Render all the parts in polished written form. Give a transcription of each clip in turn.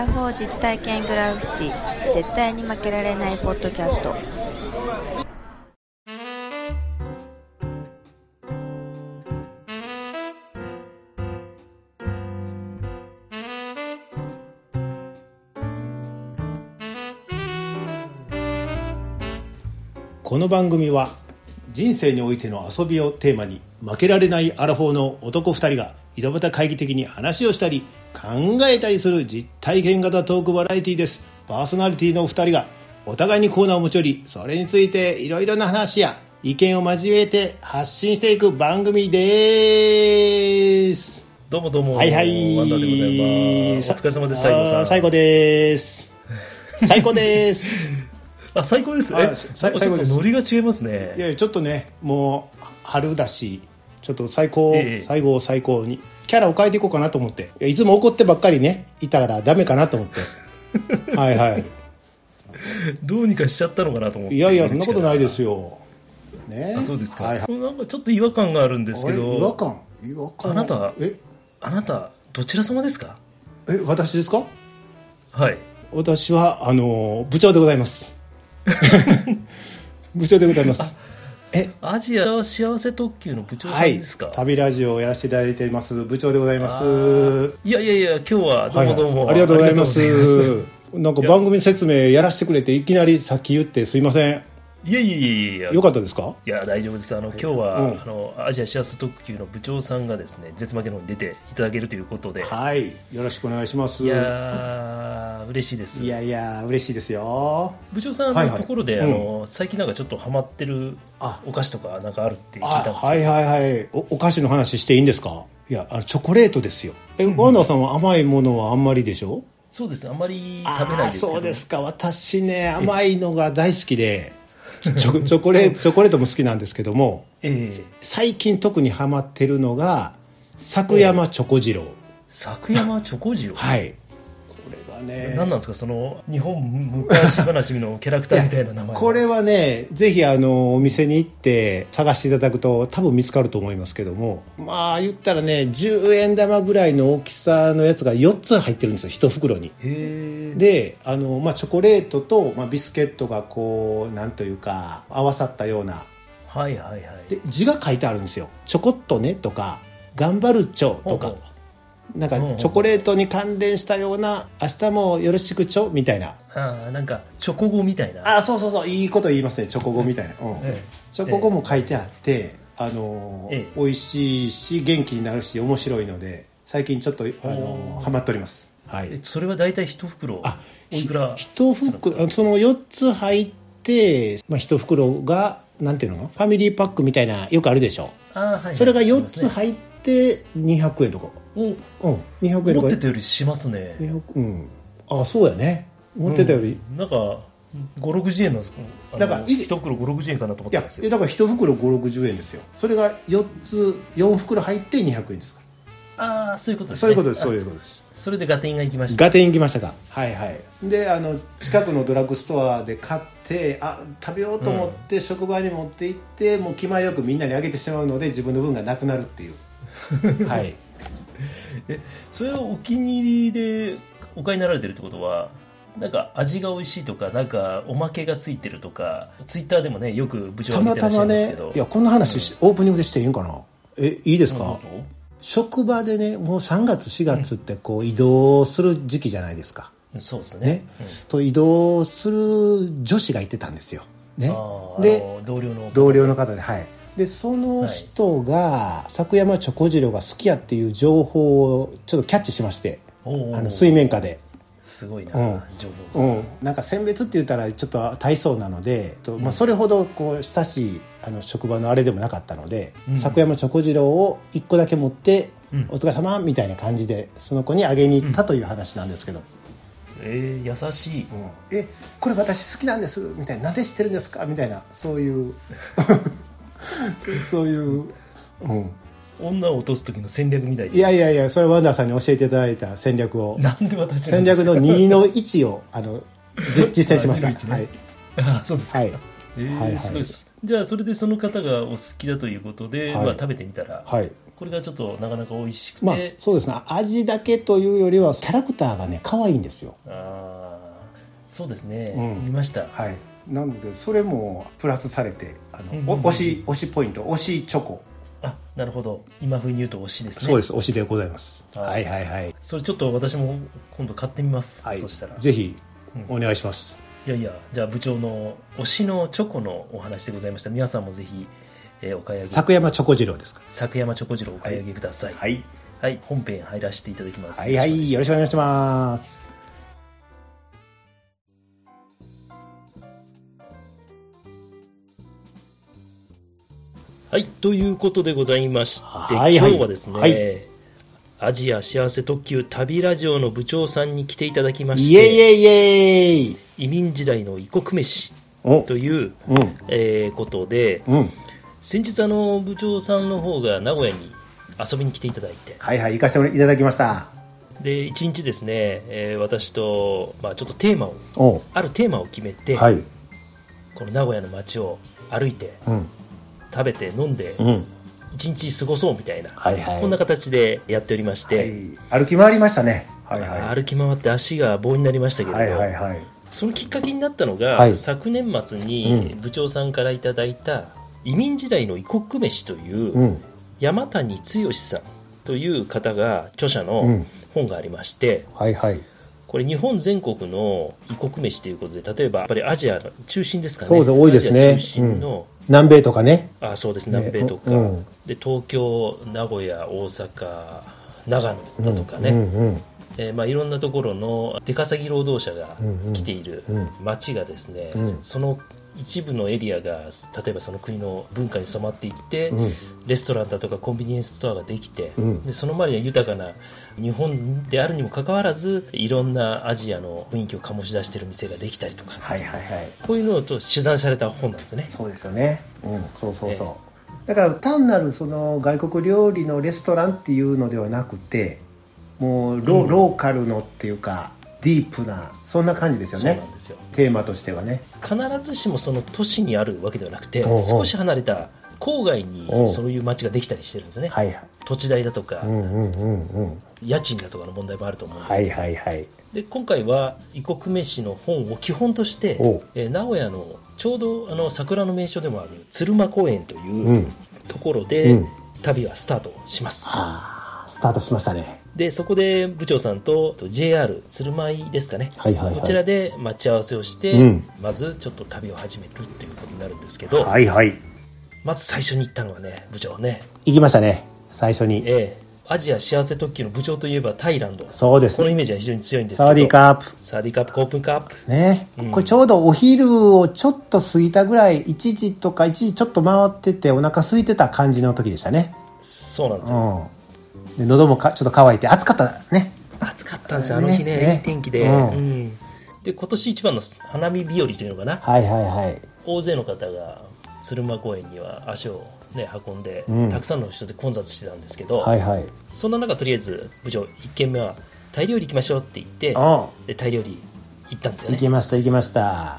ラフォー実体験グラフィティ、絶対に負けられないポッドキャスト。 この番組は人生においての遊びをテーマに、負けられないアラフォーの男2人が井戸端会議的に話をしたり考えたりする実体験型トークバラエティです。パーソナリティの2人がお互いにコーナーを持ち寄り、それについていろいろな話や意見を交えて発信していく番組です。 どうもどうも、 はいはい、 ワンダでございます。お疲れ様です。最後さん、 最高です最高ですあ、最高です。 最高です。 ノリが違いますね。 いやちょっとね、もう春だし、ちょっと最高、最高にキャラを変えていこうかなと思って、いつも怒ってばっかりねいたらダメかなと思ってはいはい、どうにかしちゃったのかなと思って。 いやいや、そんなことないですよ、ね、 あ、そうですか、 はいはい、 なんかちょっと違和感があるんですけど。 違和感あなたどちら様ですか？ 私ですか？ はい、 私は部長でございます部長でございます。 アジア幸せ特急の部長さんですか？ はい、旅ラジオをやらせていただいています部長でございます。 いや今日はどうもどうも、 ありがとうございます。なんか番組説明やらせてくれていきなりさっき言ってすいません。 いやよかったですか？ いや大丈夫です。今日は、アジア幸せ特急の部長さんがですね、絶負けのに出ていただけるということで、 はい、よろしくお願いします。 いや嬉しいです。 いや嬉しいですよ。 部長さんのところで、最近なんかちょっとハマってるお菓子とかなんかあるって聞いたんですけど。 はいお菓子の話していいんですか？いやチョコレートですよ。ワンダーさんは甘いものはあんまりでしょ？ そうですね、あんまり食べないですけど。 そうですか。私ね、甘いのが大好きでチョコレートも好きなんですけども、最近特にハマってるのが作山チョコ次郎。 作山チョコ次郎はい、これがね、 何なんですか、その日本昔話のキャラクターみたいな名前これはね、ぜひお店に行って探していただくと多分見つかると思いますけども、まあ言ったらね、10円玉ぐらいの大きさのやつが4つ入ってるんですよ、1袋に。でチョコレートと、ビスケットがこうなんというか合わさったような、で字が書いてあるんですよ。チョコッとねとか頑張るチョとか、なんかチョコレートに関連したような、明日もよろしくチョみたいな、 なんかチョコ語みたいな。 そういいこと言いますね、チョコ語みたいな、チョコ語も書いてあって、美味しいし元気になるし面白いので、最近ちょっとハマっております。はい、 それはだいたい1袋おいくら？ 1袋その4つ入って、1袋がなんていうの、ファミリーパックみたいなよくあるでしょ。それが4つ入って200円とか。200円とか。 持ってたよりしますね。 そうやね、持ってたより、 なんか560円のだから1袋560円かなと思ったんですよ。 だから1袋560円ですよ。それが4袋入って200円ですから。 そういうことですね。 そういうことです。 それでガテンが行きました。 ガテン行きましたか。はいはい。で近くのドラッグストアで買って、食べようと思って職場に持って行って、もう気前よくみんなにあげてしまうので、自分の分がなくなるっていうはい。 それをお気に入りでお買いになられてるってことは、なんか味が美味しいとか、なんかおまけがついてるとか、ツイッターでもねよく部長が見てらっしゃるんですけど。 いやこんな話、オープニングでしていいんかな？いいですか？職場でね、もう3月4月ってこう移動する時期じゃないですか。 そうですね。 と移動する女子がいてたんですよ、ね、で同僚の方で、 はい。でその人が作山チョコ次郎が好きやっていう情報をちょっとキャッチしまして、水面下で。 すごいな、情報。 なんか選別って言ったらちょっと大層なので、それほどこう親しい職場のあれでもなかったので、作山チョコ次郎を1個だけ持って、お疲れ様みたいな感じでその子にあげに行ったという話なんですけど、 優しい。 これ私好きなんですみたいな、なんで知ってるんですかみたいな、そういうそういう、 女を落とす時の戦略みたいな。 いやそれはワンダーさんに教えていただいた戦略を、 なんで私戦略の2の1を実践しました。はい。 そうですか。はい。すごいです。じゃあそれでその方がお好きだということで、食べてみたら、 これがちょっとなかなか美味しくて、 まあそうですね、味だけというよりはキャラクターがね可愛いんですよ。 そうですね、 うん見ました。 はい、なのでそれもプラスされて推しポイント、推しチョコ。 なるほど、今風に言うと推しですね。 そうです、推しでございます。はいはいはい。 それちょっと私も今度買ってみます、 はい、 そしたらぜひお願いします。 いやいや、じゃあ部長の推しのチョコのお話でございました。皆さんもぜひ、お買い上げ、 作山チョコ次郎ですか。 作山チョコ次郎お買い上げください。 はい、 はい、本編入らせていただきます。 はいはい、よろしくお願いします。 はい、ということでございまして、 はいはい、 今日はですね、はい、アジア幸せ特急旅ラジオの部長さんに来ていただきまして、 イエイエイイエイ、 移民時代の異国飯という、ことで、先日部長さんの方が名古屋に遊びに来ていただいて、 はいはい、行かせていただきました。 で1日ですね、私と、ちょっとあるテーマを決めて、 はい、 この名古屋の街を歩いて、食べて飲んで、一日過ごそうみたいな、はいはい、こんな形でやっておりまして、 はい、歩き回りましたね。はいはい、 歩き回って足が棒になりましたけれど、はいはいはい、そのきっかけになったのが、はい、昨年末に部長さんからいただいた移民時代の異国飯という、山谷剛さんという方が著者の本がありまして、はいはい、これ日本全国の異国飯ということで、例えばやっぱりアジアの中心ですかね。 そうで多いですね。 アジア中心の、 南米とかね。 そうですね、南米とか、で東京、名古屋、大阪、長野だとかね、いろんなところの出稼ぎ労働者が来ている町がですね、その一部のエリアが例えばその国の文化に染まっていって、レストランだとかコンビニエンスストアができて、でその周りは豊かな日本であるにもかかわらず、いろんなアジアの雰囲気を醸し出している店ができたりとか、はいはいはい、こういうのと取材された本なんですね。 そうですよね、そうそうそう、だから単なるその外国料理のレストランっていうのではなくて、もうローカルのっていうかディープな、そんな感じですよね。そうなんですよ、テーマとしてはね。 必ずしもその都市にあるわけではなくて、少し離れた郊外にそういう街ができたりしてるんですね、はいはい、土地代だとか、家賃だとかの問題もあると思うんですけど、はいはいはい、で今回は異国飯の本を基本として、名古屋のちょうど桜の名所でもある鶴間公園というところで、旅はスタートします。 スタートしましたね。 でそこで部長さんと JR 鶴舞ですかね、はいはいはい、こちらで待ち合わせをして、まずちょっと旅を始めるということになるんですけど、はいはい、まず最初に行ったのはね、部長ね、 行きましたね、最初に。 アジア幸せ特急の部長といえばタイランド。 そうです。 このイメージは非常に強いんですけど、 サワディーカープ、 サワディーカープ、コープンカープね、これちょうどお昼をちょっと過ぎたぐらい、1時とか1時ちょっと回っててお腹空いてた感じの時でしたね。 そうなんですよ、 で喉もちょっと乾いて暑かったね。 暑かったんですよ、あの日ね、いい天気で、で今年一番の花見日和というのかな、はいはいはい、大勢の方が鶴間公園には足を、運んで、たくさんの人で混雑してたんですけど、はいはい、そんな中とりあえず部長1軒目はタイ料理行きましょうって言って、でタイ料理行ったんですよね。 行きました行きました、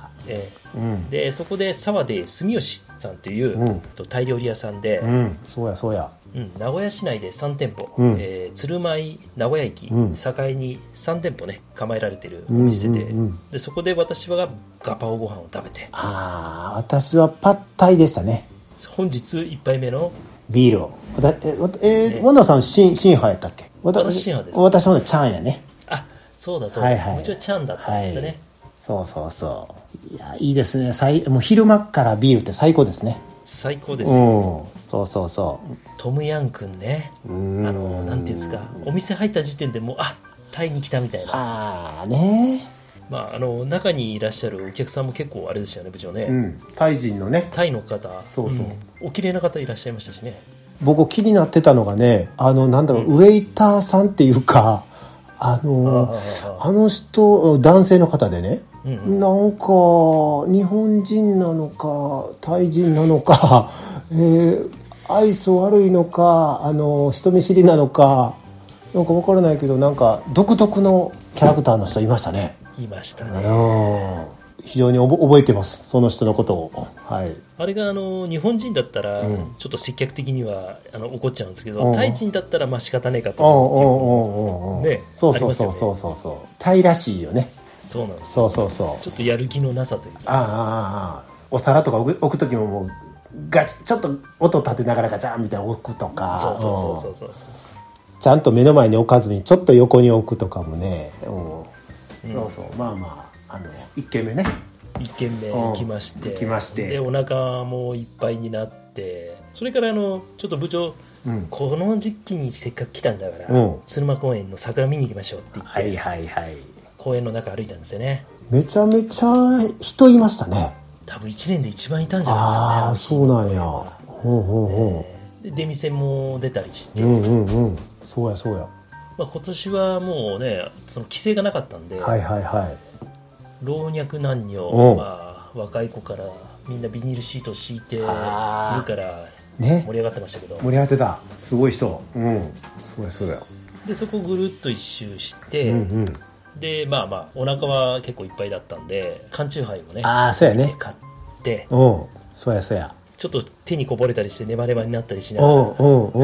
でそこで沢で住吉さんという、タイ料理屋さんで、 そうやそうや、 名古屋市内で3店舗、鶴舞名古屋駅、境に3店舗ね構えられているお店で、でそこで私はガパオご飯を食べて、 私はパッタイでしたね。 本日1杯目のビールをワンダさん新派やったっけ。 私新派です。 私のチャンやね。 そうだそうだ、うちはチャンだったんですよね、 そうそうそう、いやいいですね。もう昼間からビールって最高ですね。 最高ですよ、 そうそうそう、 トムヤンくんね、なんていうんですか、お店入った時点でもうタイに来たみたいな。中にいらっしゃるお客さんも結構あれでしたよね、部長ね、 タイ人のね、 タイの方、 そうそう、 お綺麗な方いらっしゃいましたしね。 僕気になってたのがね、なんだろう、ウェイターさんっていうか、あの人男性の方でね、なんか日本人なのかタイ人なのか、愛想悪いのか人見知りなのかなんか分からないけど、なんか独特のキャラクターの人いましたね。 いましたね。 非常に覚えてます、その人のことを。はい、 あれが日本人だったらちょっと接客的には怒っちゃうんですけど、タイ人だったらまあ仕方ないかと思うっていう、ね、 そう、タイらしいよね。 そうなんです。 そうちょっとやる気のなさというか、 お皿とか置く時ももうちょっと音立てながらガチャンみたいな置くとか、 そうちゃんと目の前に置かずにちょっと横に置くとかもね、まあ1軒目ね、 1軒目行きましてでお腹もいっぱいになって、それからちょっと部長、この時期にせっかく来たんだから、鶴間公園の桜見に行きましょうって言って、公園の中歩いたんですよね。めちゃめちゃ人いましたね。 多分1年で一番いたんじゃないですかね。 そうなんや。 で出店も出たりして、 そうや、 今年はもうね、その規制がなかったんで、老若男女、若い子からみんなビニールシートを敷いて昼から盛り上がってましたけど、 盛り上がってた、すごい人、そうだよ。 でそこをぐるっと一周して、でお腹は結構いっぱいだったんで缶チューハイをね買って、 そうやちょっと手にこぼれたりしてネバネバになったりしながら、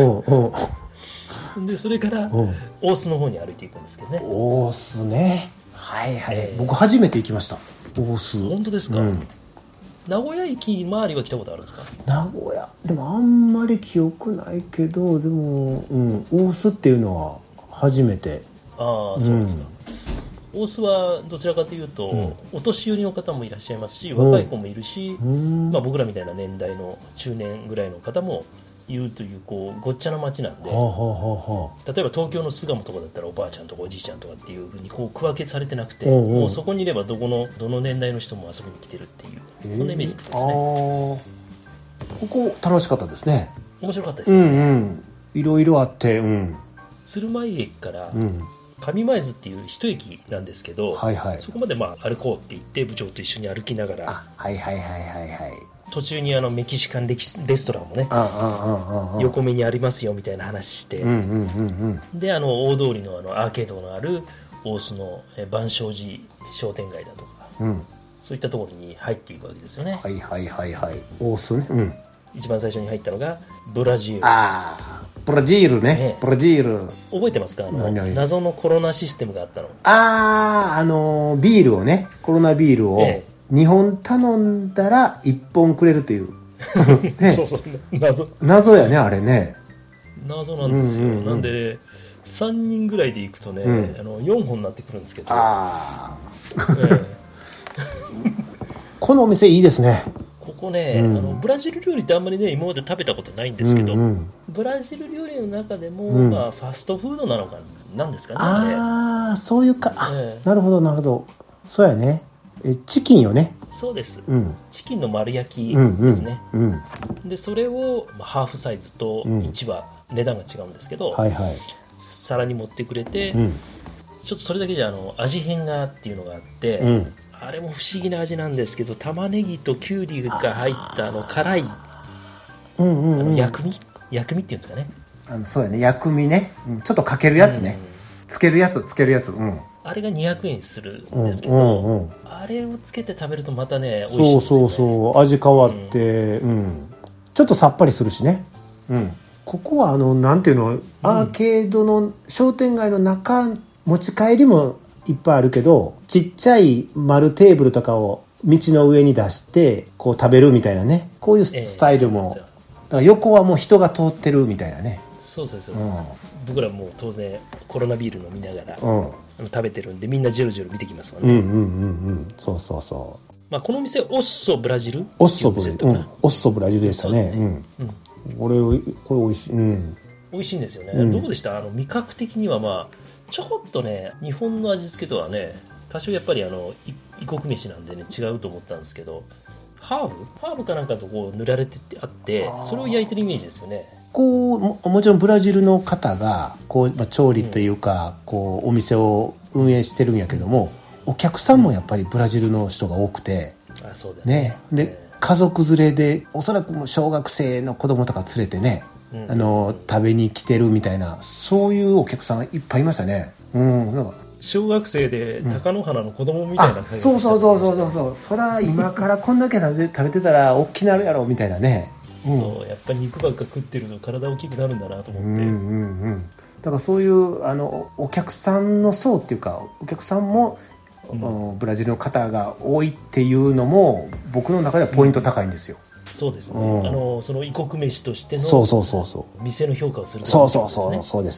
でそれから大須の方に歩いていくんですけどね。 大須ね、僕初めて行きました、大須。 本当ですか？名古屋駅周りは来たことあるんですか？ 名古屋でもあんまり記憶ないけど、でも、大須っていうのは初めて。 そうですか。大須はどちらかというと、お年寄りの方もいらっしゃいますし、若い子もいるし、僕らみたいな年代の中年ぐらいの方もいるという、ごっちゃな街なんで、例えば東京の巣鴨とかだったらおばあちゃんとかおじいちゃんとかっていうふうに区分けされてなくて、もうそこにいればどの年代の人も遊びに来てるっていう、こんなイメージですね。 ここ楽しかったですね。 面白かったですよね。 いろいろあって、 鶴舞駅から上前津っていう一駅なんですけど、そこまで歩こうって言って部長と一緒に歩きながら、途中にメキシカンレストランもね、横目にありますよみたいな話して、で大通りのアーケードのある大須の万象寺商店街だとか、そういったところに入っていくわけですよね。 大須ね。 一番最初に入ったのがブラジル。 ブラジルね、ブラジル覚えてますか？謎のコロナシステムがあったの。 ビールをね、コロナビールを2本頼んだら1本くれるという謎やね、あれね。 謎なんですよ。なんで3人ぐらいで行くとね、4本になってくるんですけど、 このお店いいですね。 ここね、ブラジル料理ってあんまりね今まで食べたことないんですけど、ブラジル料理の中でも、ファストフードなのかなんですかね。 そういうか、なるほど、そうやね。チキンよね。 そうです、チキンの丸焼きですね。でそれを、ハーフサイズと1は値段が違うんですけど、皿に持ってくれて、ちょっとそれだけじゃ味変がっていうのがあって、あれも不思議な味なんですけど、玉ねぎときゅうりが入った辛い、薬味っていうんですかね。 そうやね、薬味ね、ちょっとかけるやつね、つけるやつ、 あれが200円するんですけど、あれをつけて食べるとまたね美味しいんですよね。 そう味変わって、ちょっとさっぱりするしね。ここはなんていうの、アーケードの商店街の中、持ち帰りもいっぱいあるけど、ちっちゃい丸テーブルとかを道の上に出してこう食べるみたいなね、こういうスタイルも、だから横はもう人が通ってるみたいなね。 そう、僕らもう当然コロナビール飲みながら、食べてるんで、みんなジェルジェル見てきますわね。そう。この店オッソブラジル、 オッソブラジルでしたね。これ美味しい。 美味しいんですよね。どうでした？味覚的にはちょこっとね、日本の味付けとはね、多少やっぱり異国飯なんでね違うと思ったんですけど、ハーブかなんかとこう塗られてあって、それを焼いてるイメージですよね。 もちろんブラジルの方が調理というか、お店を運営してるんやけども、お客さんもやっぱりブラジルの人が多くて、 そうだね。 で家族連れで、おそらく小学生の子供とか連れてね、食べに来てるみたいな、そういうお客さんいっぱいいましたね。 小学生で貴乃花の子供みたいな感じ、 そうそら今からこんだけ食べてたら大きなるやろみたいなね、 そうやっぱり肉ばっか食ってると体大きくなるんだなと思って、 だからそういうお客さんの層っていうかお客さんも、ブラジルの方が多いっていうのも僕の中ではポイント高いんですよ。 そうですね、その異国飯としての店の評価をするそうです、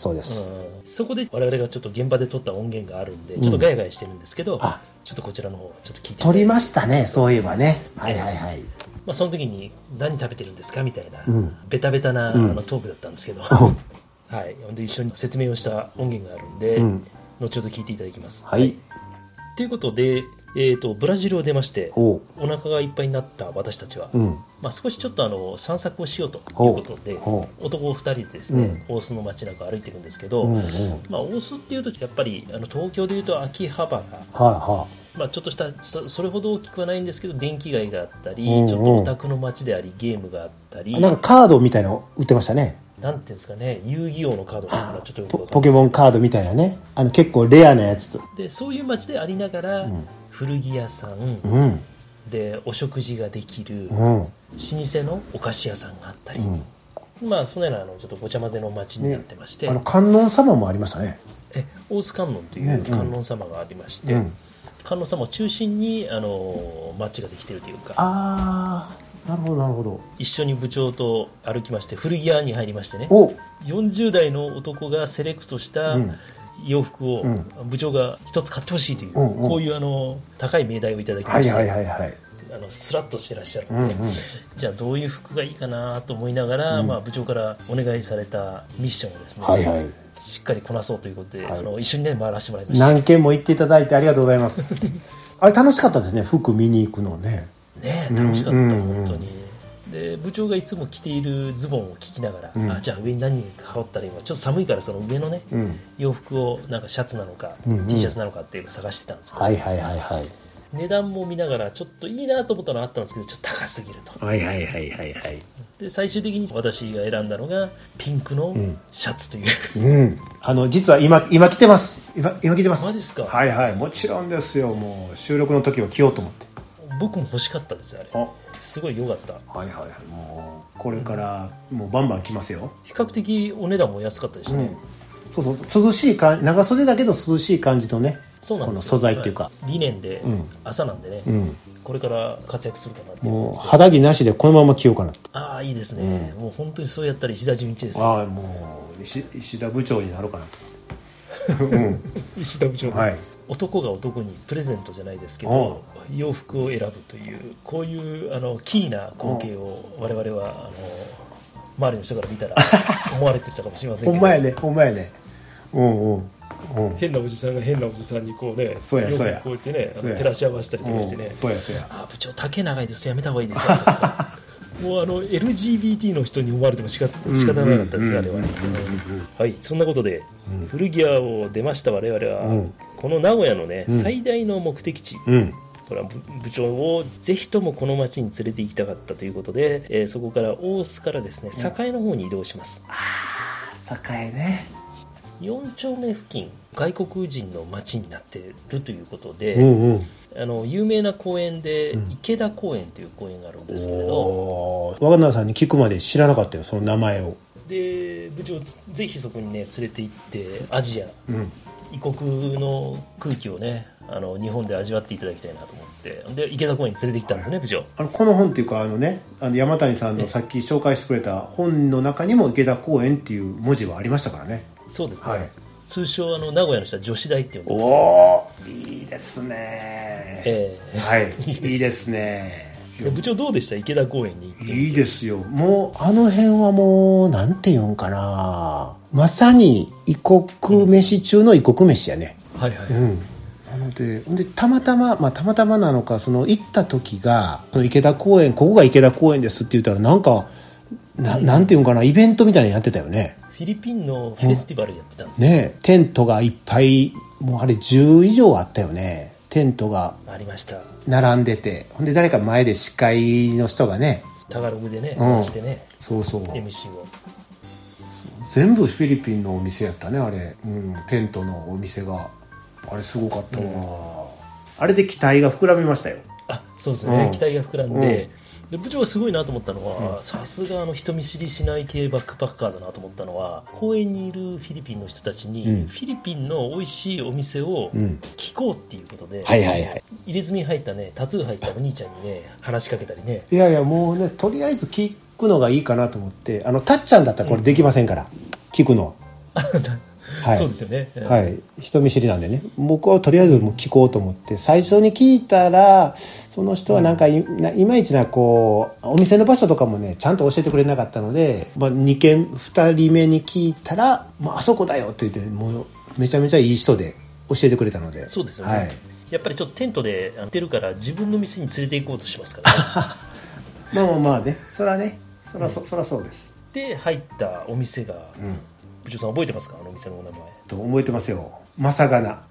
そこで我々がちょっと現場で撮った音源があるんでちょっとガヤガヤしてるんですけど、ちょっとこちらの方ちょっと聞いて撮りましたね、そういえばね。 その時に何食べてるんですかみたいな、ベタベタな、トークだったんですけど、で一緒に説明をした音源があるんで、後ほど聞いていただきます。ということで、ブラジルを出ましてお腹がいっぱいになった私たちは、少しちょっと散策をしようということで男2人でですね、大須の街中を歩いてるんですけど、大須っていうとやっぱり東京でいうと秋葉原、ちょっとしたそれほど大きくはないんですけど電気街があったり、ちょっとオタクの街でありゲームがあったり、 なんかカードみたいなの売ってましたね。 なんていうんですかね、遊戯王のカードかな、ちょっとよくわかんないポケモンカードみたいなね、結構レアなやつとでそういう街でありながら、古着屋さん、でお食事ができる、老舗のお菓子屋さんがあったり、そのようなちょっとごちゃ混ぜの街になってまして、 観音様もありましたね。 大須観音という観音様がありまして、観音様を中心に街ができているというか、 なるほど一緒に部長と歩きまして古着屋に入りましてね、40代の男がセレクトした洋服を部長が一つ買ってほしいという、こういう高い命題をいただきまして、スラッとしてらっしゃるので、じゃあどういう服がいいかなと思いながら、部長からお願いされたミッションをですね、しっかりこなそうということで、一緒にね回らせてもらいました。 何件も行っていただいてありがとうございますあれ楽しかったですね、服見に行くのね。 楽しかった、本当に。で部長がいつも着ているズボンを聞きながら、じゃあ上に何羽織ったら今ちょっと寒いからその上のね、洋服をなんかシャツなのか、T シャツなのかっていうのを探してたんですけど、値段も見ながらちょっといいなと思ったのあったんですけどちょっと高すぎると。で最終的に私が選んだのがピンクのシャツという、 実は今着てます。今着てます。 マジですか。 もちろんですよ。もう収録の時は着ようと思って。 僕も欲しかったですよ、あれ。すごい良かった。 もうこれからもうバンバン着ますよ。 比較的お値段も安かったですね。 涼しい長袖だけど涼しい感じのね、 そうなんですよ、 この素材っていうか、 理念で、朝なんでね、これから活躍するかなって。 もう肌着なしでこのまま着ようかなと。 いいですね、もう本当にそうやったら石田純一ですよ。 もう石田部長になるかなと石田部長、男が男にプレゼントじゃないですけど洋服を選ぶというこういうキーな光景を我々は周りの人から見たら思われてたかもしれませんけどほんまやね変なおじさんが変なおじさんにこうね、 そうやこうやってね照らし合わせたりとかしてね、部長丈長いですやめた方がいいですよとかもうLGBT の人に思われても仕方なかったです、あれは。そんなことで、古着屋を出ました我々は、この名古屋のね、最大の目的地、これは部長をぜひともこの町に連れて行きたかったということで、そこから大須からですね栄の方に移動します。 栄ね、 4丁目付近外国人の町になっているということで、有名な公園で池田公園という公園があるんですけれど、 若菜さんに聞くまで知らなかったよ、その名前を。 で部長ぜひそこにね連れて行ってアジア、異国の空気をね日本で味わっていただきたいなと思って、で池田公園に連れて行ったんですね、部長。 この本っていうか山谷さんのさっき紹介してくれた本の中にも池田公園っていう文字はありましたからね。 そうですね、通称名古屋の人は女子大って呼んでます。 いいですね、いいですね。 部長どうでした？池田公園に行って。 いいですよ。もう辺はもうなんていうんかな、まさに異国飯中の異国飯やね。なのでたまたまなのか、その行った時がその池田公園、ここが池田公園ですって言ったらなんていうんかな、イベントみたいなのやってたよね。 フィリピンのフェスティバルやってたんですね。 テントがいっぱい、もうあれ10以上あったよね。テントがありました、 並んでて、ほんで誰か前で司会の人がねタガログでねしてね、MC を全部フィリピンのお店やったね、あれ、テントのお店が。 あれすごかったわ、あれで期待が膨らみましたよ。 そうですね、期待が膨らんで、で部長がすごいなと思ったのは、さすが人見知りしない系バックパッカーだなと思ったのは、公園にいるフィリピンの人たちに、フィリピンの美味しいお店を聞こうっていうことで、入れ墨入ったね、タトゥー入ったお兄ちゃんにね話しかけたりね。 いやいやもうね、とりあえず聞くのがいいかなと思って、たっちゃんだったらこれできませんから、聞くのはそうですよね、 人見知りなんでね、僕はとりあえずもう聞こうと思って、最初に聞いたらその人はなんかいまいちなこうお店の場所とかもねちゃんと教えてくれなかったので、2人目に聞いたらもうあそこだよって言って、もうめちゃめちゃいい人で教えてくれたので。 そうですよね、やっぱりちょっとテントでやってるから自分の店に連れて行こうとしますからねまあね、そらそうです。 で入ったお店が、部長さん覚えてますか、あのお店のお名前。 覚えてますよ。マサガナ。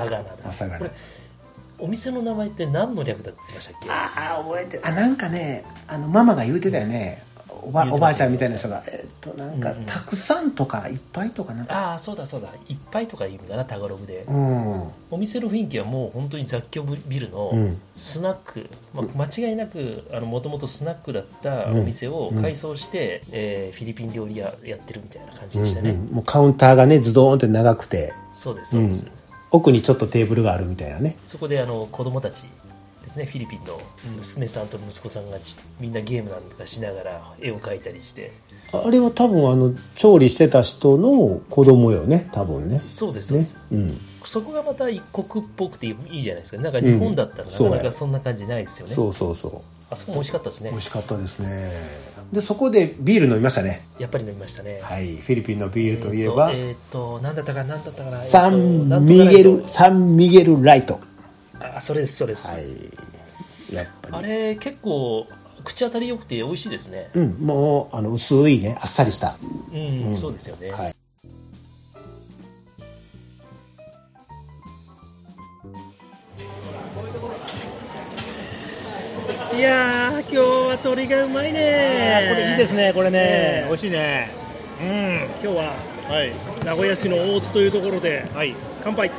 お店の名前って何の略だって言ってましたっけ。 覚えてる。なんかね、ママが言うてたよね、おばあちゃんみたいな人がなんか、たくさんとかいっぱいとかなんか、そうだいっぱいとか言うかな、タガログで、お店の雰囲気はもう本当に雑居ビルのスナック、間違いなくもともとスナックだったお店を改装して、フィリピン料理屋やってるみたいな感じでしたね、 もうカウンターがねズドーンって長くて、 そうですそうです、 奥にちょっとテーブルがあるみたいなね。 そこで子供たちですね、フィリピンの娘さんと息子さんがみんなゲームなんかしながら絵を描いたりして、 あれは多分調理してた人の子供よね、多分ね。 そうですそうです、そこがまた一国っぽくていいじゃないですか。なんか日本だったらなかなかそんな感じないですよね。 そうあそこも美味しかったですね。 美味しかったですね。でそこでビール飲みましたね。 やっぱり飲みましたね。 はい、フィリピンのビールといえば何だったかな、 サンミゲルライト。 それです。 やっぱりあれ結構口当たり良くて美味しいですね。 もう薄いね、あっさりした。 そうですよね。いやー、今日は鶏がうまいね。 これいいですね、これね、美味しいね。 今日は、名古屋市の大須というところで、乾杯。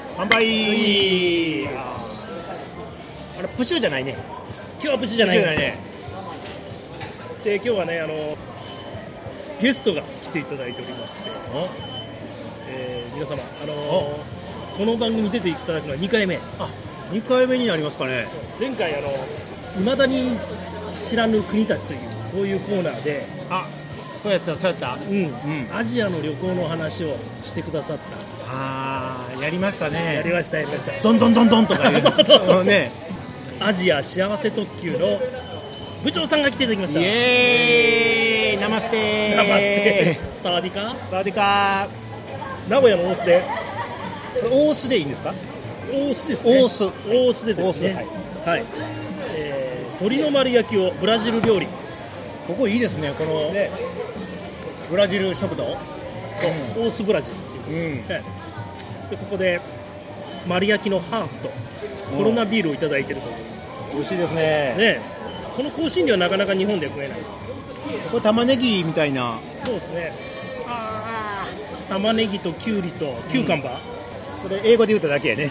プチューじゃないね。 今日はプチューじゃないですね。で、今日はね、ゲストが来ていただいておりまして、皆様、この番組に出ていただくのは2回目。 2回目になりますかね。 前回未だに知らぬ国たちというこういうコーナーで、 そうやった、 アジアの旅行の話をしてくださった。 やりましたね。 やりました。 どんとか言うそうね。 アジア幸せ特急の部長さんが来ていただきました。 イエーイ、ナマステー。 サワディカ名古屋の大須で。 大須でいいんですか。 大須ですね。大須でですね。鶏の丸焼きをブラジル料理。 ここいいですね、このブラジル食堂。 大須ブラジルっていう、でここで丸焼きのハーフとコロナビールをいただいてるという。 美味しいですね。 この香辛料はなかなか日本では食えない。 これ玉ねぎみたいな。 そうですね。玉ねぎときゅうりとキューカンバー、 これ英語で言うただけやね。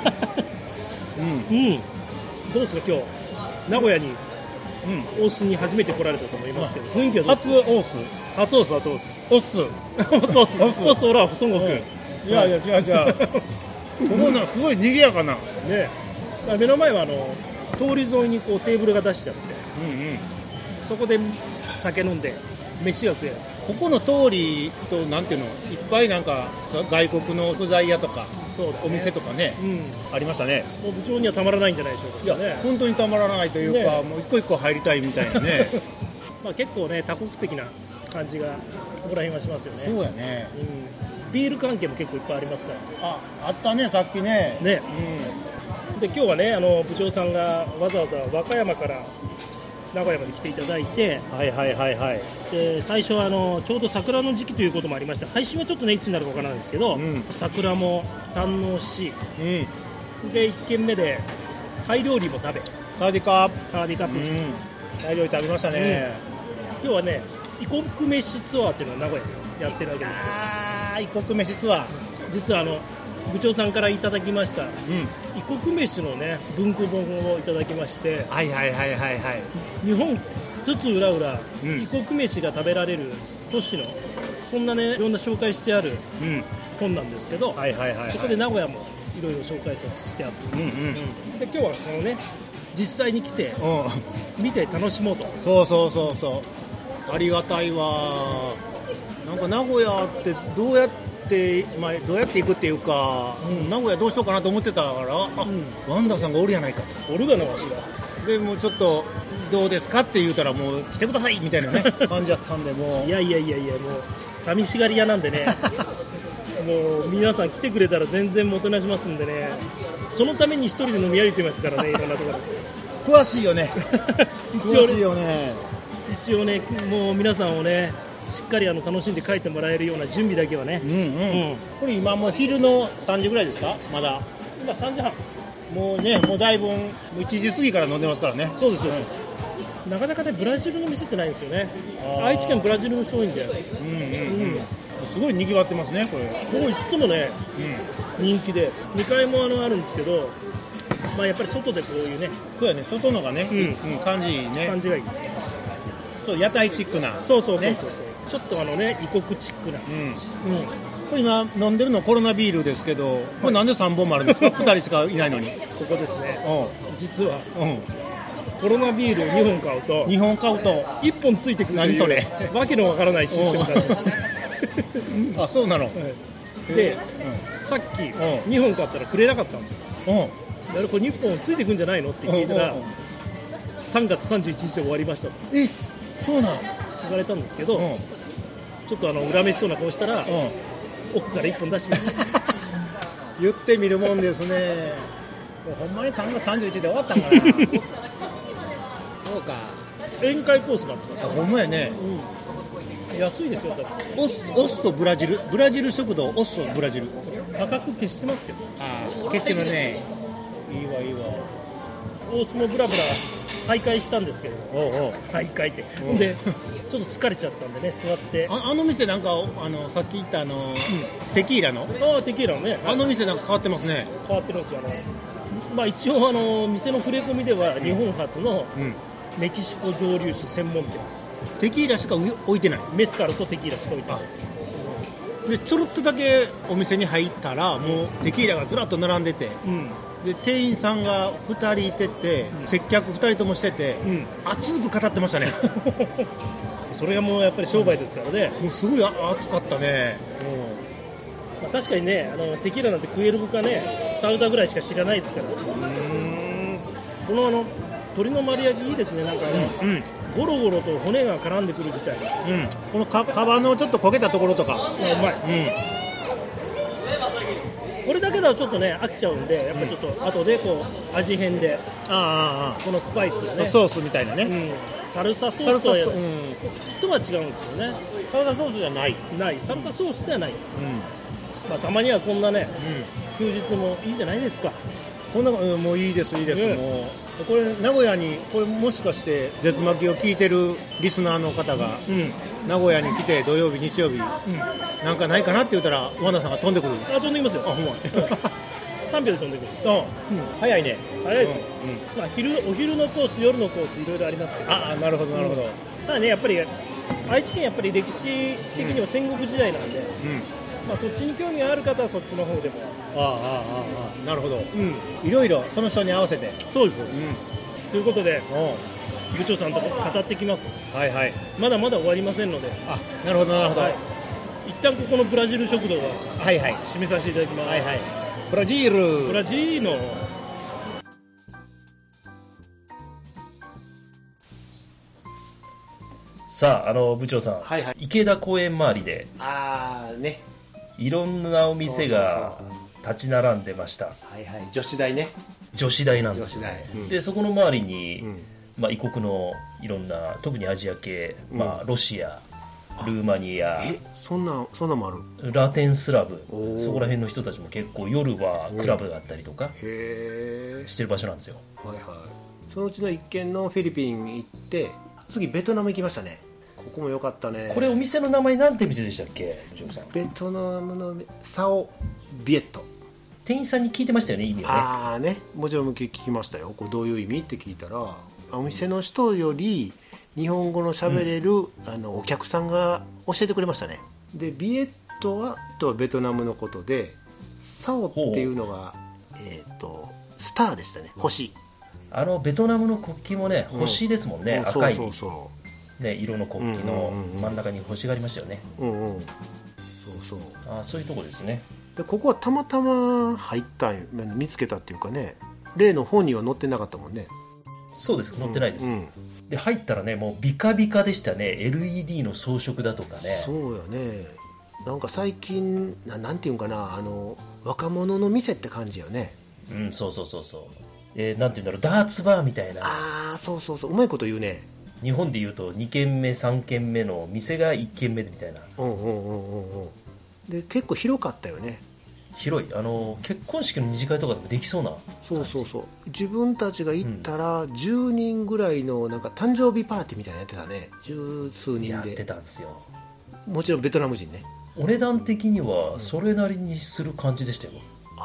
どうですか、今日名古屋に、大須に初めて来られたと思いますけど、雰囲気はどうですか。初大須オスオラ孫悟空。 いや違うここのすごい賑やかなね。目の前は通り沿いにこうテーブルが出しちゃって、そこで酒飲んで飯が食える。 ここの通りとなんていうの、いっぱいなんか外国の食材屋とか、お店とかね、ありましたね。 もう部長にはたまらないんじゃないでしょうか。 いや本当にたまらないというか、もう一個一個入りたいみたいなね。 結構ね、多国籍な感じがここら辺はしますよね。 そうやね。 ビール関係も結構いっぱいありますから。 あったね、さっきね。 で今日はね、部長さんがわざわざ和歌山から名古屋まで来ていただいて、で最初はちょうど桜の時期ということもありまして、配信はちょっとねいつになるかわからないんですけど、桜も堪能し、で1軒目でタイ料理も食べ、 サワディカップ、 タイ料理食べましたね。 今日はね、異国飯ツアーっていうのを名古屋でやってるわけですよ。 異国飯ツアー、 実は部長さんからいただきました、異国飯のね文庫本をいただきまして、 はいはいはいはいはい。 日本津々浦々、異国飯が食べられる都市のそんなねいろんな紹介してある本なんですけど、 はいはいはいはい、 そこで名古屋もいろいろ紹介させてあって、で今日はそのね実際に来て見て楽しもうと。 そうそうそうそう、ありがたいわ。なんか名古屋ってどうやって、どうやって行くっていうか、名古屋どうしようかなと思ってたから、ワンダさんがおるやないかと。 おるがなわしがでもうちょっとどうですかって言うたらもう来てくださいみたいなね感じだったんで、もういやもう寂しがり屋なんでねもう皆さん来てくれたら全然もてなしますんでね、そのために一人で飲み歩いてますからねいろんなところ詳しいよね詳しいよね。 一応ねもう皆さんをねしっかり楽しんで帰ってもらえるような準備だけはね、 これ今もう昼の3時ぐらいですか。まだ今3時半、 もうね、もうだいぶ1時過ぎから飲んでますからね。 そうですよ、なかなかねブラジルの店ってないんですよね。愛知県ブラジルの人多いんで、 すごい賑わってますねこれ。 ここいつもね、人気で2階もあるんですけど、やっぱり外でこういうね、 そうやね、外のがね、感じいいね。 感じがいいですね。 そう屋台チックな。 そうそう、ちょっと異国チックな。 これ今飲んでるのコロナビールですけど、これなんで3本もあるんですか2人しかいないのに。 ここですね、実は、コロナビールを2本買うと1本ついてくるという、 何それわけのわからないシステムだったあ、そうなの。 で、さっき2本買ったらくれなかったんですよ。だからこれ2本ついてくんじゃないのって聞いたら、3月31日で終わりましたと。 そうなの言われたんですけど、ちょっと恨めしそうな顔したら、奥から1本出してみた言ってみるもんですね。ほんまに3月31日で終わったんかなそうか、 宴会コースがあってさ、 ほんまやね、 安いですよ。 オッソブラジル食堂、オッソブラジル、 価格消してますけど、 消してるね。いいわいいわ。 大相撲ブラブラ徘徊したんですけど、徘徊ってでちょっと疲れちゃったんでね、座って、 あの店なんかさっき言ったテキーラのテキーラのね、 あの店なんか変わってますね。 変わってますよ。一応店の触れ込みでは日本初のメキシコ蒸留酒専門店、 テキーラしか置いてない。 メスカルとテキーラしか置いてない。 でちょろっとだけお店に入ったらもうテキーラがずらっと並んでて、で店員さんが2人いてて、接客2人ともしてて、熱く語ってましたねそれがもうやっぱり商売ですからね、 もうすごい熱かったね。 確かにね、テキーラなんて食えるほかね、サウザぐらいしか知らないですから。この鶏の丸焼きいいですね。なんかゴロゴロと骨が絡んでくるみたいな、 この皮のちょっと焦げたところとかうまい、これだけだとちょっとね飽きちゃうんで、やっぱりちょっと後でこう味変で、このスパイスをね、 ソースみたいなね、 サルサソースとはとは違うんですよね。 サルサソースじゃないサルサソースではない、たまにはこんなね、休日もいいじゃないですか。 こんなもういいですいいです、もうこれ名古屋にこれもしかして絶巻きを聞いてるリスナーの方が、名古屋に来て土曜日日曜日、なんかないかなって言ったらワンダさんが飛んでくる。 飛んできますよ。 ほんま 3秒で飛んできます。 早いね。 早いですよ。お昼のコース、夜のコースいろいろありますけど。 なるほどなるほど。 ただね、やっぱり愛知県やっぱり歴史的には戦国時代なんで、そっちに興味がある方はそっちの方でも。 なるほど。いろいろその人に合わせて。 そうです。ということで、ゆうちょうさんと語ってきます。まだまだ終わりませんので。 なるほどなるほど。 一旦ここのブラジル食堂は締めさせていただきます。 ブラジーノ。 さあ、部長さん、池田公園周りでいろんなお店が立ち並んでました。 女子大ね。 女子大なんですよね。でそこの周りに、異国のいろんな、特にアジア系、ロシア、ルーマニア、 そんなもある。 ラテンスラブ、そこら辺の人たちも結構夜はクラブがあったりとかしてる場所なんですよ。 そのうちの一軒のフィリピン行って、次ベトナム行きましたね。ここも良かったね。 これお店の名前なんて店でしたっけ、 ベトナムのサオビエット。 店員さんに聞いてましたよね、意味をね。 ああね、もちろん聞きましたよ。これどういう意味って聞いたら、お店の人より日本語の喋れる、お客さんが教えてくれましたね。でビエットはベトナムのことで、サオっていうのが、スターでしたね、星。 ベトナムの国旗もね、星ですもんね、赤いそうそうね、色の国旗の真ん中に星がありましたよね。 そうそういうとこですね。 でここはたまたま入った見つけたっていうかね、例の本には載ってなかったもんね。 そうです、載ってないです、で入ったらね、もうビカビカでしたね。 LED の装飾だとかね。 そうやね、なんか最近なんていうんかな、若者の店って感じよね。 そうそう、なんていうんだろう、ダーツバーみたいな。 ああ、そううまいこと言うね。 日本でいうと2軒目3軒目の店が1軒目みたいな。 で結構広かったよね。 広い、結婚式の二次会とかでもできそうな。 そう自分たちが行ったら10人ぐらいのなんか誕生日パーティーみたいなのやってたね。十数人でやってたんですよ。 もちろんベトナム人ね。 お値段的にはそれなりにする感じでしたよ。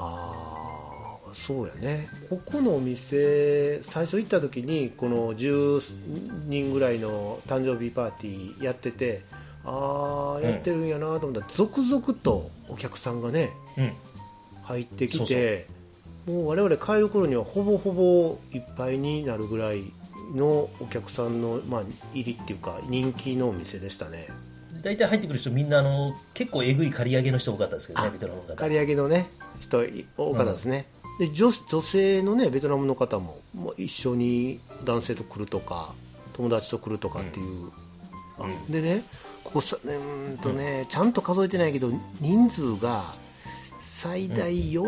そうやね。ここのお店最初行った時にこの10人ぐらいの誕生日パーティーやってて、やってるんやなと思ったら、続々とお客さんがね、入ってきて、もう我々帰る頃にはほぼほぼいっぱいになるぐらいのお客さんの、入りっていうか人気のお店でしたね。 大体入ってくる人みんな結構えぐい刈り上げの人多かったですけどね、ベトナムの方。 刈り上げのね人多かったですね。で 女性のねベトナムの方も一緒に男性と来るとか友達と来るとかっていう、でね、ここちゃんと数えてないけど人数が最大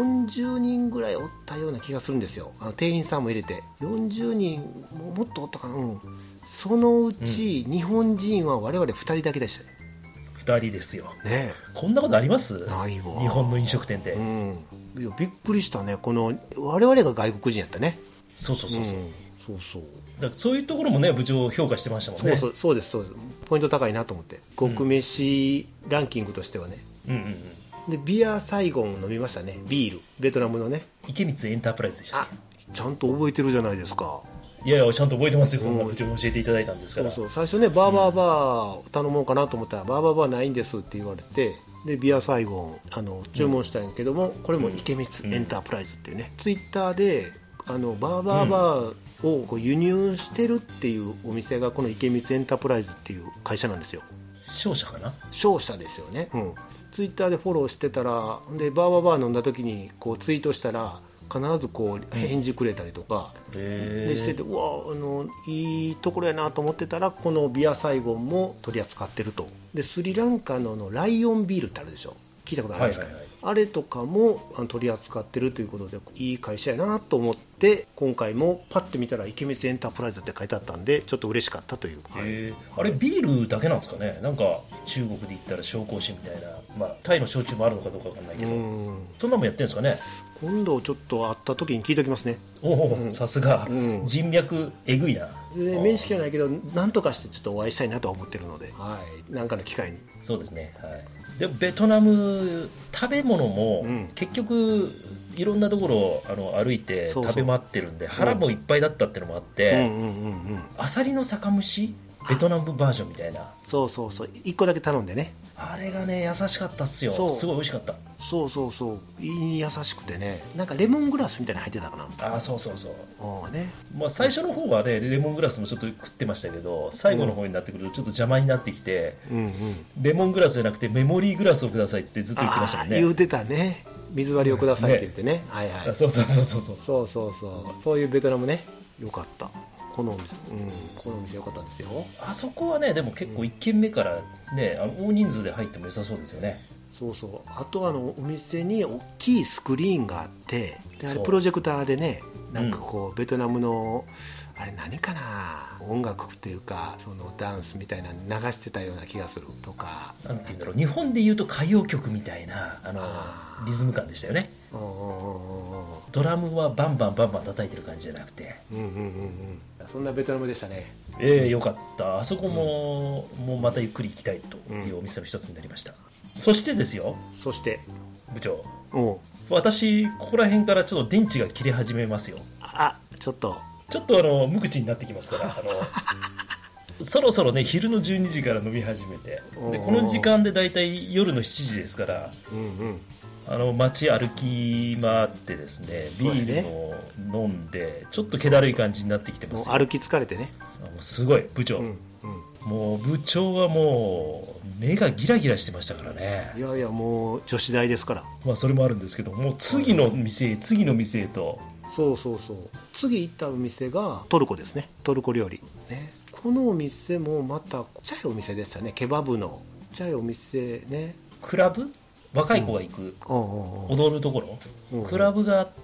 40人ぐらいおったような気がするんですよ。店員さんも入れて40人もっとおったかな、そのうち日本人は我々2人だけでしたね。 2人ですよ、 ね。 こんなことあります？ ないわ、 日本の飲食店で。 いやびっくりしたね。この我々が外国人やったね。 そうだからそういうところもね、部長評価してましたもんね。 そうですポイント高いなと思って、極飯ランキングとしてはね。でビアサイゴン飲みましたね。ビール、ベトナムのね。 池光エンタープライズでしたっけ？ ちゃんと覚えてるじゃないですか。 いやちゃんと覚えてますよ。そんな部長に教えていただいたんですから。 最初ねバーバー頼もうかなと思ったら、バーバーないんですって言われて、でビアサイゴン注文したんやけども、これも池光エンタープライズっていうね、ツイッターでバーバーをこう輸入してるっていうお店がこの池光エンタープライズっていう会社なんですよ。 商社かな。 商社ですよね。ツイッターでフォローしてたら、でバーバー飲んだ時にこうツイートしたら必ずこう返事くれたりとか、でしてて、うわいいところやなと思ってたら、このビアサイゴンも取り扱ってると。でスリランカのライオンビールってあるでしょ、聞いたことあるんですか？あれとかも取り扱ってるということで、いい会社やなと思って、今回もパッて見たら池光エンタープライズって書いてあったんで、ちょっと嬉しかったという。 あれビールだけなんですかね。なんか中国で言ったら紹興酒みたいな、タイの焼酎もあるのかどうかわかんないけど、そんなもんやってるんですかね。 今度ちょっと会った時に聞いておきますね。 さすが、人脈えぐいな。 面識はないけど何とかしてちょっとお会いしたいなとは思ってるので、なんかの機会に。 そうですね。でベトナム食べ物も、結局いろんなところ歩いて食べ回ってるんで、腹もいっぱいだったっていうのもあって、アサリの酒蒸しベトナムバージョンみたいな。 そう1個だけ頼んでね。 あれがね優しかったっすよ。すごい美味しかった。優しくてね、なんかレモングラスみたいなの入ってたかな。 そうね。最初の方はねレモングラスもちょっと食ってましたけど、最後の方になってくるとちょっと邪魔になってきて、レモングラスじゃなくてメモリーグラスをくださいってずっと言ってましたもんね。 言うてたね。水割りをくださいって言ってね。そういうベトナムね、よかった。このお店良かったんですよ。 あそこはねでも結構1軒目からね、大人数で入っても良さそうですよね。 あとお店に大きいスクリーンがあって、であれプロジェクターでね、なんかこうベトナムのあれ何かな、音楽っていうかそのダンスみたいなの流してたような気がするとか、 なんていうんだろう、日本でいうと歌謡曲みたいなリズム感でしたよね。ドラムはバンバン叩いてる感じじゃなくて、 そんなベトナムでしたね。 よかった。あそこも、もうまたゆっくり行きたいというお店の一つになりました。そしてですよ、 部長、 私ここら辺からちょっと電池が切れ始めますよ。 ちょっと無口になってきますからそろそろね昼の12時から飲み始めて、でこの時間でだいたい夜の7時ですから、街歩き回ってですねビールを飲んでちょっと気だるい感じになってきてますよ。 もう歩き疲れてね。 もうすごい部長、もう部長はもう目がギラギラしてましたからね。 いやいやもう女子大ですから。 まあそれもあるんですけど、もう次の店へ次の店へと。 そう次行ったお店がトルコですね。トルコ料理ね。このお店もまたちっちゃいお店でしたね。ケバブのちっちゃいお店ね。 クラブ、若い子が行く、踊るところ、クラブがあって、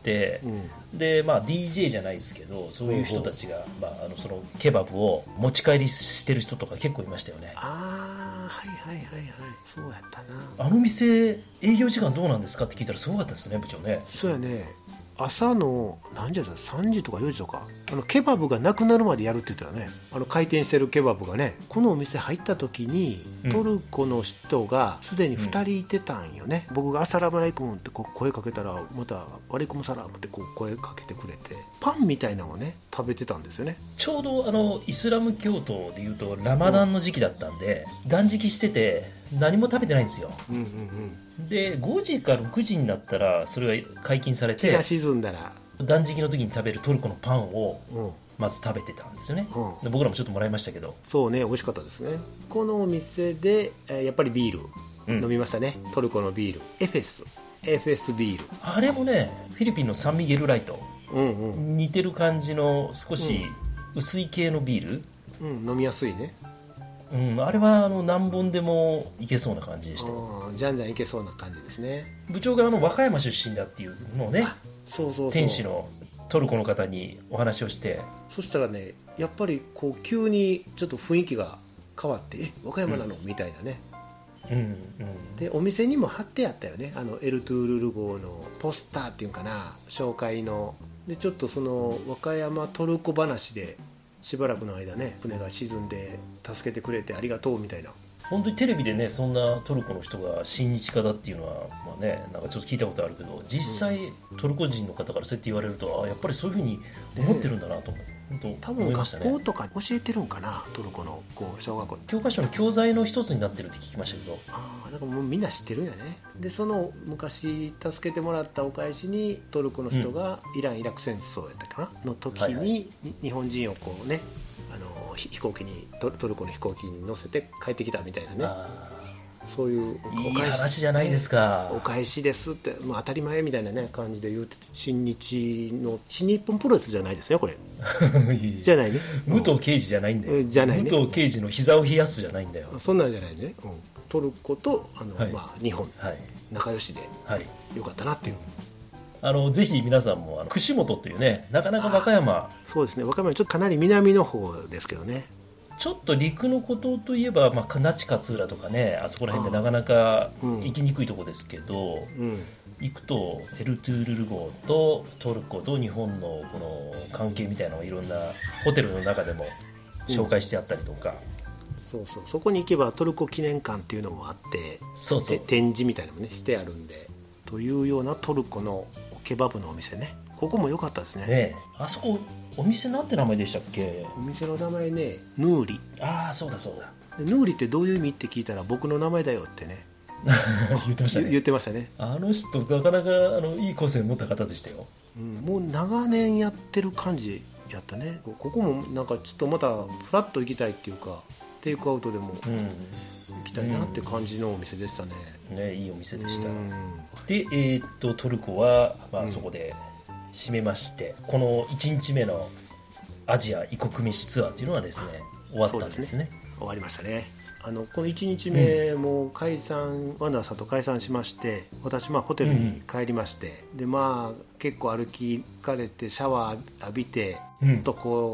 でまあ DJ じゃないですけど、そういう人たちが、そのケバブを持ち帰りしてる人とか結構いましたよね。 はいそうやったな。 あの店営業時間どうなんですかって聞いたらすごかったですね、部長ね。 そうやね。朝の何時だった3時とか4時とかケバブがなくなるまでやるって言ったらね、回転してるケバブがね、このお店入った時に、トルコの人がすでに2人いてたんよね。僕がアサラムアライクムって声かけたら、またワレイクムサラムって声かけてくれて、パンみたいなのをね食べてたんですよね。 ちょうどイスラム教徒でいうとラマダンの時期だったんで、断食してて何も食べてないんですよ。で5時か6時になったらそれが解禁されて、 日が沈んだら断食の時に食べるトルコのパンをまず食べてたんですよね。で僕らもちょっともらいましたけど、 そうね、美味しかったですね。このお店でやっぱりビール飲みましたね。トルコのビールエフェスビール、 あれもねフィリピンのサンミゲルライト、似てる感じの少し薄い系のビール、 飲みやすいね。 あれは何本でもいけそうな感じでした。 じゃんじゃんいけそうな感じですね。 部長が和歌山出身だっていうのをね、 そう店主のトルコの方にお話をして、 そしたらね、やっぱり急にちょっと雰囲気が変わって、和歌山なの、みたいなね。でお店にも貼ってあったよね、エルトゥールル号のポスターっていうかな、紹介ので、ちょっとその和歌山トルコ話でしばらくの間ね、船が沈んで助けてくれてありがとうみたいな。 本当にテレビでねそんなトルコの人が親日家だっていうのは、なんかちょっと聞いたことあるけど、実際トルコ人の方からそうやって言われると、やっぱりそういうふうに思ってるんだなと多分学校とか教えてるんかな、トルコの小学校教科書の教材の一つになってるって聞きましたけど、 だからもうみんな知ってるんやね。でその昔助けてもらったお返しに、トルコの人がイラン・イラク戦争やったかなの時に、日本人をね、飛行機にトルコの飛行機に乗せて帰ってきたみたいなね、そういういい話じゃないですか。 お返しですって、当たり前みたいなね感じで言うて、新日本プロレスじゃないですよこれじゃないね、 武藤敬司じゃないんだよ。 じゃないね、 武藤敬司の膝を冷やすじゃないんだよ。 そんなんじゃないね。トルコと日本、仲良しでよかったなっていう。 ぜひ皆さんも串本というね、なかなか和歌山、 そうですね、和歌山ちょっとかなり南の方ですけどね、 ちょっと陸のことといえば、那智勝浦とかね、あそこら辺でなかなか行きにくいとこですけど、行くとエルトゥールル号とトルコと日本のこの関係みたいなのをいろんなホテルの中でも紹介してあったりとか、 そこに行けばトルコ記念館っていうのもあって、展示みたいなのもねしてあるんで、というようなトルコのケバブのお店ね、ここも良かったですね。 あそこお店なんて名前でしたっけ？ お店の名前ね、ヌーリ。 そうだヌーリってどういう意味って聞いたら、僕の名前だよってね言ってましたね。 言ってましたね。 あの人なかなかいい個性を持った方でしたよ。 もう長年やってる感じやったね。ここもなんかちょっとまたフラッと行きたいっていうか、テイクアウトでも行きたいなって感じのお店でしたね。 いいお店でした。で、トルコは、そこで締めまして、この1日目のアジア異国飯ツアーっていうのはですね、終わったんですね。 終わりましたね。この1日目もワンダーさんと解散しまして、私ホテルに帰りまして、で結構歩き疲れてシャワー浴びて、と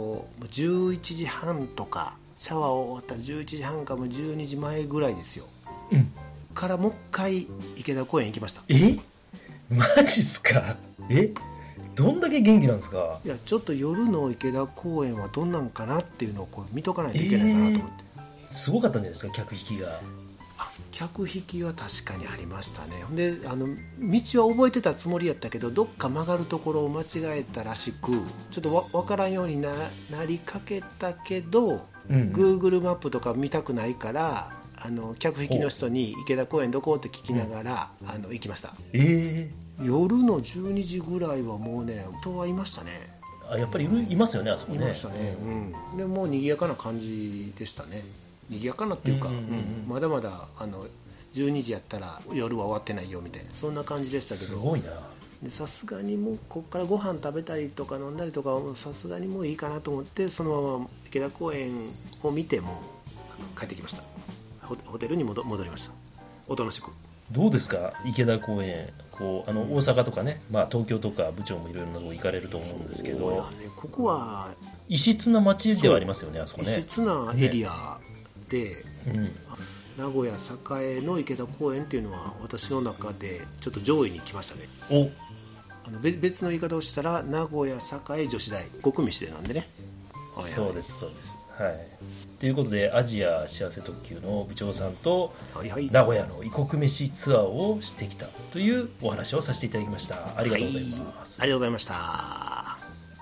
11時半とか、シャワー終わったら11時半かも12時前ぐらいですよ、からもう一回池田公園行きました。 マジっすか？どんだけ元気なんですか？ いや、ちょっと夜の池田公園はどんなんかなっていうのを見とかないといけないかなと思って。 すごかったんじゃないですか、客引きが。 客引きは確かにありましたね。で道は覚えてたつもりやったけど、どっか曲がるところを間違えたらしく、ちょっと分からんように なりかけたけど、Google マップとか見たくないから、客引きの人に池田公園どこって聞きながら、行きました。夜の12時ぐらいはもうね、人はいましたね。 やっぱりいますよね、あそこね。 いましたね、でもう賑やかな感じでしたね。賑やかなっていうか、まだまだ12時やったら夜は終わってないよみたいな、そんな感じでしたけど。 すごいな。 でさすがにもうここからご飯食べたりとか飲んだりとかさすがにもういいかなと思って、そのまま池田公園を見ても帰ってきました。ホテルに戻りました。おとなしく。 どうですか池田公園、大阪とかね、東京とか部長もいろいろなとこ行かれると思うんですけど、 ここは異質な街ではありますよね、あそこね。 異質なエリアで、名古屋栄の池田公園っていうのは私の中でちょっと上位に来ましたね。別の言い方をしたら名古屋栄女子大国飯でなんでね。 そうですそうです。はい。ということで、アジア幸せ特急の部長さんと名古屋の異国飯ツアーをしてきたというお話をさせていただきました。ありがとうございます。 ありがとうございました。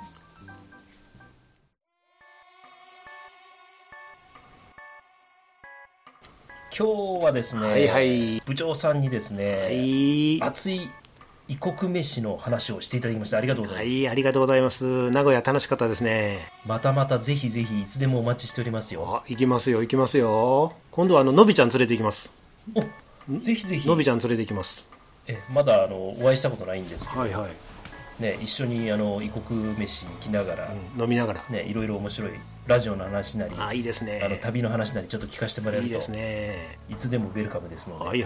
今日はですね、部長さんにですね、熱い異国飯の話をしていただきました。ありがとうございます。 ありがとうございます。名古屋楽しかったですね。 またまたぜひぜひいつでもお待ちしておりますよ。 行きますよ。今度はのびちゃん連れて行きます。 ぜひぜひ。 のびちゃん連れて行きます。 まだお会いしたことないんですけど、 ね、 一緒に異国飯行きながら、 飲みながら、 ね、いろいろ面白いラジオの話なり、 いいですね、 旅の話なりちょっと聞かせてもらえると、 いいですね、 いつでもウェルカムですので、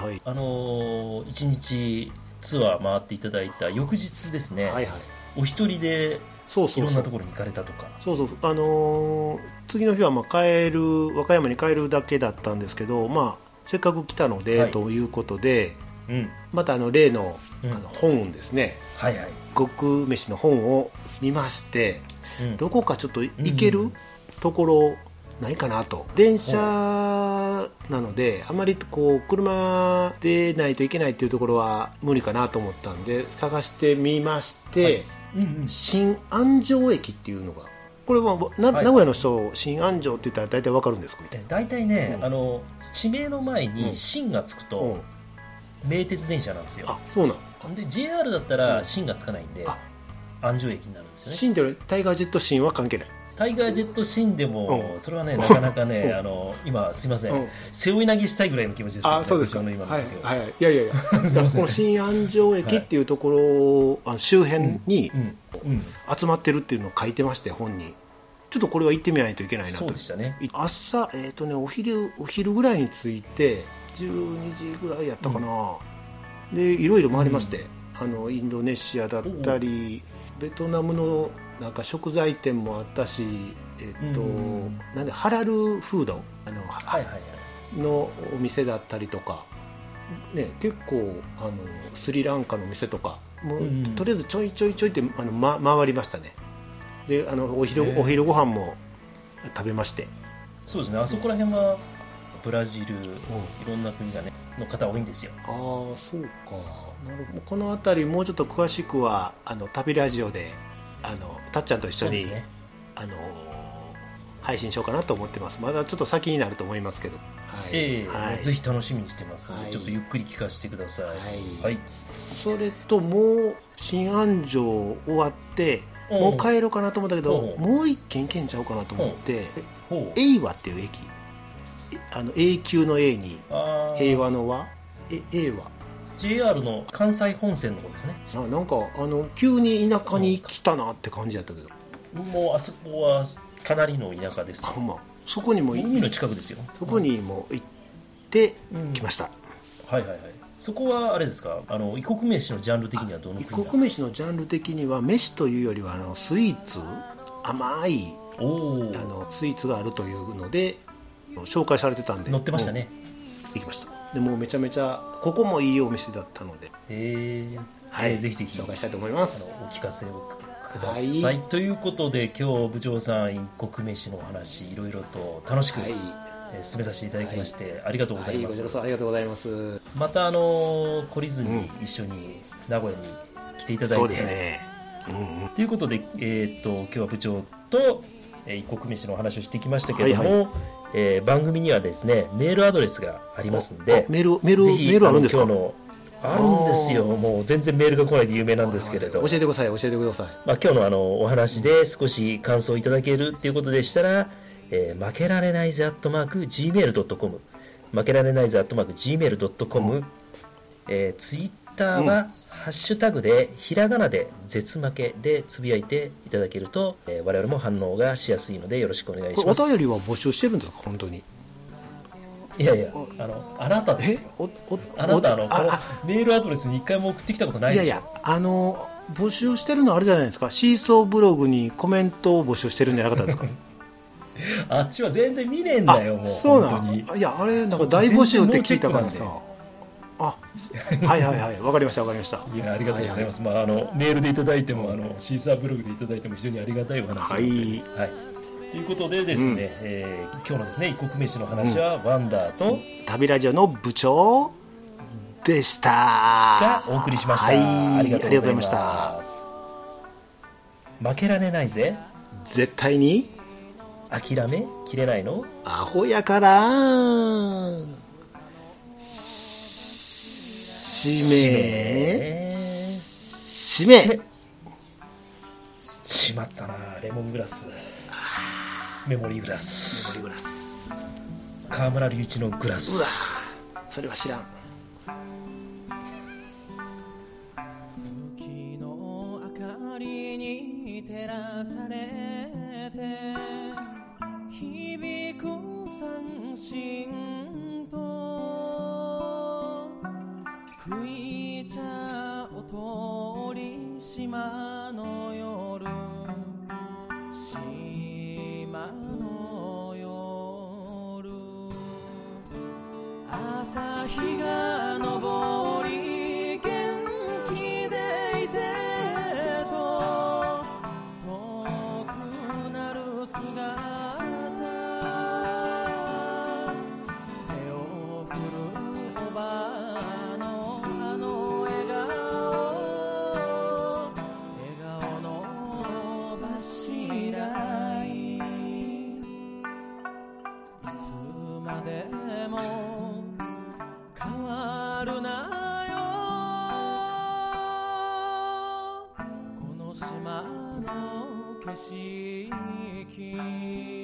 1 日ツアー回っていただいた翌日ですね、お一人でいろんなところに行かれたとか。 次の日は和歌山に帰るだけだったんですけど、せっかく来たので、ということで、また例の、本ですね、極飯の本を見まして、どこかちょっと行けるところないかなと。電車なのであまり車でないといけないっていうところは無理かなと思ったんで探してみまして、新安城駅っていうのが、これは名古屋の人新安城って言ったら大体わかるんですか？ 大体ね、地名の前に新がつくと、名鉄電車なんですよ。 そうなんで JR だったら新がつかないんで、安城駅になるんですよね。 新でタイガージェット新は関係ない。 タイガージェット新でも、それはねなかなかね今すいません、背負い投げしたいぐらいの気持ちですよね。 そうですか。 今のいやこの新安城駅っていうところ、周辺に集まってるっていうのを書いてまして、本にちょっとこれは行ってみないといけないなと。 そうでしたね。 朝お昼ぐらいに着いて12時ぐらいやったかな、でいろいろ回りまして、インドネシアだったりベトナムのなんか食材店もあったし、なんでハラルフードのお店だったりとか、結構スリランカの店とかもう、とりあえずちょいって回りましたね。でお昼ご飯も食べまして。 そうですね、あそこら辺はブラジル、いろんな国がねの方多いんですよ。 そうか、なるほど。この辺りもうちょっと詳しくは旅ラジオでたっちゃんと一緒に、配信しようかなと思ってます。まだちょっと先になると思いますけど、 ぜひ楽しみにしてますので、ちょっとゆっくり聞かせてください。 それともう新安城終わってもう帰ろうかなと思ったけど、もう一軒行けんちゃうかなと思って、永和っていう駅、永久の A に平和の和、永和、 JR の関西本線の方ですね。 なんか急に田舎に来たなって感じだったけど、 もうあそこはかなりの田舎ですよ。 そこにも海の近くですよ。 そこにも行ってきました。 そこはあれですか、異国飯のジャンル的にはどの国なんですか？異国飯のジャンル的には飯というよりはスイーツ、甘いスイーツがあるというので紹介されてたんで載ってましたね。 行きました。でもうめちゃめちゃここもいいお店だったので、 ぜひぜひ紹介したいと思います。 お聞かせをください。ということで今日部長さん異国飯のお話いろいろと楽しく進めさせていただきまして、ありがとうございます。 こちらこそありがとうございます。 また懲りずに一緒に名古屋に来ていただいて、 そうですね。 ということで、今日は部長と一国飯のお話をしてきましたけれども、番組にはですねメールアドレスがありますので、 メールあるんですか？ あるんですよ。もう全然メールが来ないで有名なんですけれど、 教えてください。 まあ、今日のお話で少し感想をいただけるということでしたら、負けられないぜ@gmail.com 負けられないぜ@gmail.com、ツイッターは、ハッシュタグでひらがなで絶負けでつぶやいていただけると、我々も反応がしやすいのでよろしくお願いします。 お便りは募集してるんですか？本当に。 いやいや、あなたですよ。あなたこのメールアドレスに一回も送ってきたことないでしょ。 いやいや、募集してるのはあれじゃないですか。シーソーブログにコメントを募集してるんじゃなかったんですか？ あっちは全然見ねえんだよ。もうそうなん。いや、あれなんか大募集って聞いたからさ。はいわかりましたいや、ありがとうございます。まあメールでいただいてもシーサーブログでいただいても非常にありがたいお話なので、はい。ということでですね、今日のですね異国飯の話はワンダーと旅ラジオの部長でしたがお送りしました。ありがとうございました。負けられないぜ。 絶対に諦めきれないの。 アホやから締めしまったな。レモングラス、メモリーグラス、河村隆一のグラス。 うわ、それは知らん。 月の明かりに照らされて響く三振と食い茶を通り島の夜、島の夜、朝日が昇り元気でいてと遠くなる姿、手を振るおばあのあの笑顔の柱い、いつまでも変わるなよ、この島の景色。